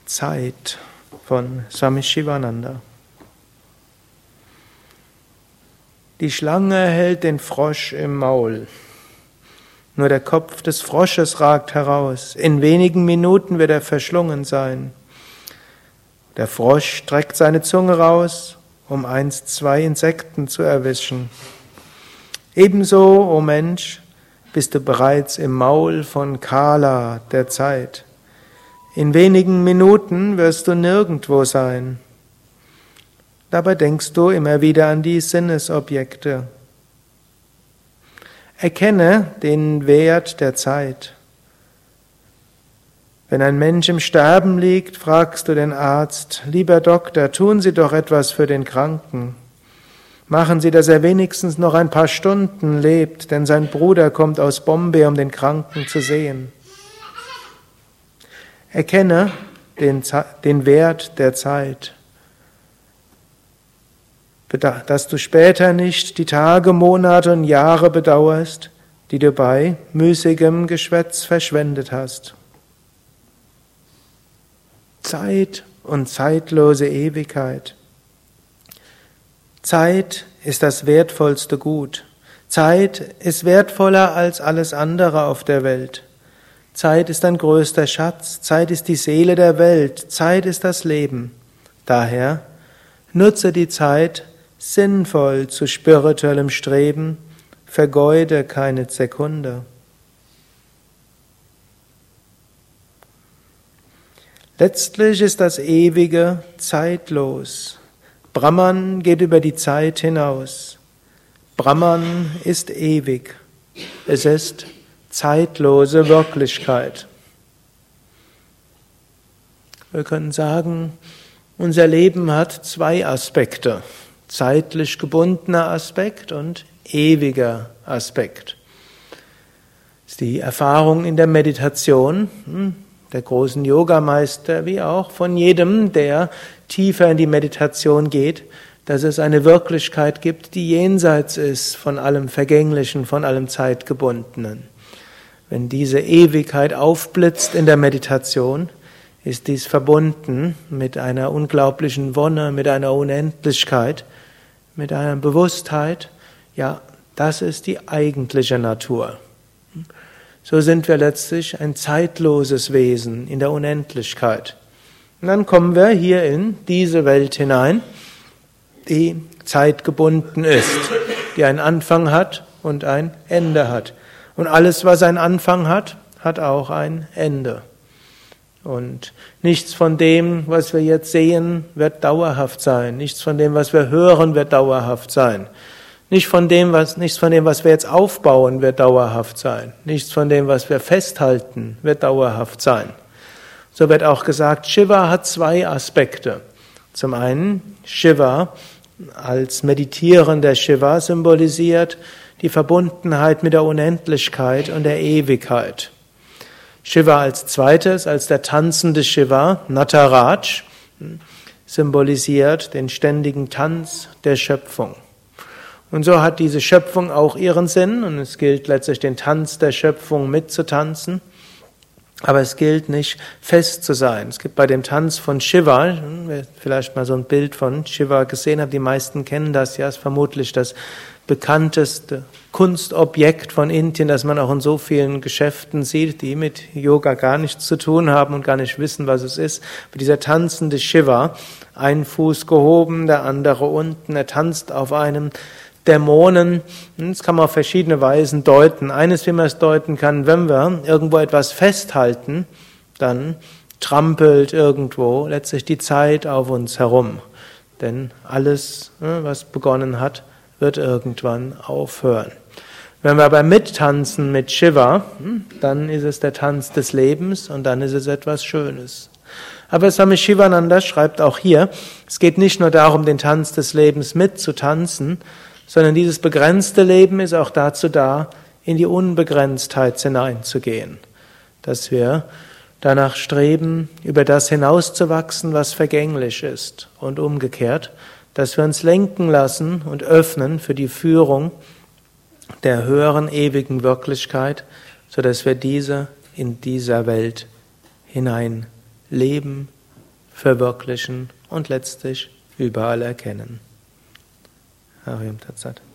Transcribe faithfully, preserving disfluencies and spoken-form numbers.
Zeit von Swami Shivananda. Die Schlange hält den Frosch im Maul. Nur der Kopf des Frosches ragt heraus. In wenigen Minuten wird er verschlungen sein. Der Frosch streckt seine Zunge raus, um einst zwei Insekten zu erwischen. Ebenso, o Mensch, bist du bereits im Maul von Kala, der Zeit. In wenigen Minuten wirst du nirgendwo sein. Dabei denkst du immer wieder an die Sinnesobjekte. Erkenne den Wert der Zeit. Wenn ein Mensch im Sterben liegt, fragst du den Arzt: Lieber Doktor, tun Sie doch etwas für den Kranken. Machen Sie, dass er wenigstens noch ein paar Stunden lebt, denn sein Bruder kommt aus Bombay, um den Kranken zu sehen. Erkenne den, den Wert der Zeit, dass du später nicht die Tage, Monate und Jahre bedauerst, die du bei müßigem Geschwätz verschwendet hast. Zeit und zeitlose Ewigkeit. Zeit ist das wertvollste Gut. Zeit ist wertvoller als alles andere auf der Welt. Zeit ist dein größter Schatz. Zeit ist die Seele der Welt. Zeit ist das Leben. Daher nutze die Zeit sinnvoll zu spirituellem Streben. Vergeude keine Sekunde. Letztlich ist das Ewige zeitlos. Brahman geht über die Zeit hinaus. Brahman ist ewig. Es ist zeitlose Wirklichkeit. Wir können sagen, unser Leben hat zwei Aspekte. Zeitlich gebundener Aspekt und ewiger Aspekt. Das ist die Erfahrung in der Meditation, der großen Yogameister, wie auch von jedem, der tiefer in die Meditation geht, dass es eine Wirklichkeit gibt, die jenseits ist von allem Vergänglichen, von allem Zeitgebundenen. Wenn diese Ewigkeit aufblitzt in der Meditation, ist dies verbunden mit einer unglaublichen Wonne, mit einer Unendlichkeit, mit einer Bewusstheit. Ja, das ist die eigentliche Natur. So sind wir letztlich ein zeitloses Wesen in der Unendlichkeit. Und dann kommen wir hier in diese Welt hinein, die zeitgebunden ist, die einen Anfang hat und ein Ende hat. Und alles, was einen Anfang hat, hat auch ein Ende. Und nichts von dem, was wir jetzt sehen, wird dauerhaft sein. Nichts von dem, was wir hören, wird dauerhaft sein. Nicht von dem, was, nichts von dem, was wir jetzt aufbauen, wird dauerhaft sein. Nichts von dem, was wir festhalten, wird dauerhaft sein. So wird auch gesagt, Shiva hat zwei Aspekte. Zum einen, Shiva als meditierender Shiva symbolisiert die Verbundenheit mit der Unendlichkeit und der Ewigkeit. Shiva als zweites, als der tanzende Shiva, Nataraj, symbolisiert den ständigen Tanz der Schöpfung. Und so hat diese Schöpfung auch ihren Sinn und es gilt letztlich den Tanz der Schöpfung mitzutanzen. Aber es gilt nicht fest zu sein. Es gibt bei dem Tanz von Shiva, wer vielleicht mal so ein Bild von Shiva gesehen hat, die meisten kennen das ja, ist vermutlich das bekannteste Kunstobjekt von Indien, das man auch in so vielen Geschäften sieht, die mit Yoga gar nichts zu tun haben und gar nicht wissen, was es ist. Aber dieser tanzende Shiva, ein Fuß gehoben, der andere unten, er tanzt auf einem Dämonen. Das kann man auf verschiedene Weisen deuten. Eines, wie man es deuten kann, wenn wir irgendwo etwas festhalten, dann trampelt irgendwo letztlich die Zeit auf uns herum. Denn alles, was begonnen hat, wird irgendwann aufhören. Wenn wir aber mittanzen mit Shiva, dann ist es der Tanz des Lebens und dann ist es etwas Schönes. Aber Swami Shivananda schreibt auch hier, es geht nicht nur darum, den Tanz des Lebens mitzutanzen, sondern dieses begrenzte Leben ist auch dazu da, in die Unbegrenztheit hineinzugehen. Dass wir danach streben, über das hinauszuwachsen, was vergänglich ist. Und umgekehrt, dass wir uns lenken lassen und öffnen für die Führung der höheren ewigen Wirklichkeit, sodass wir diese in dieser Welt hinein leben verwirklichen und letztlich überall erkennen. Harium Tat Sat.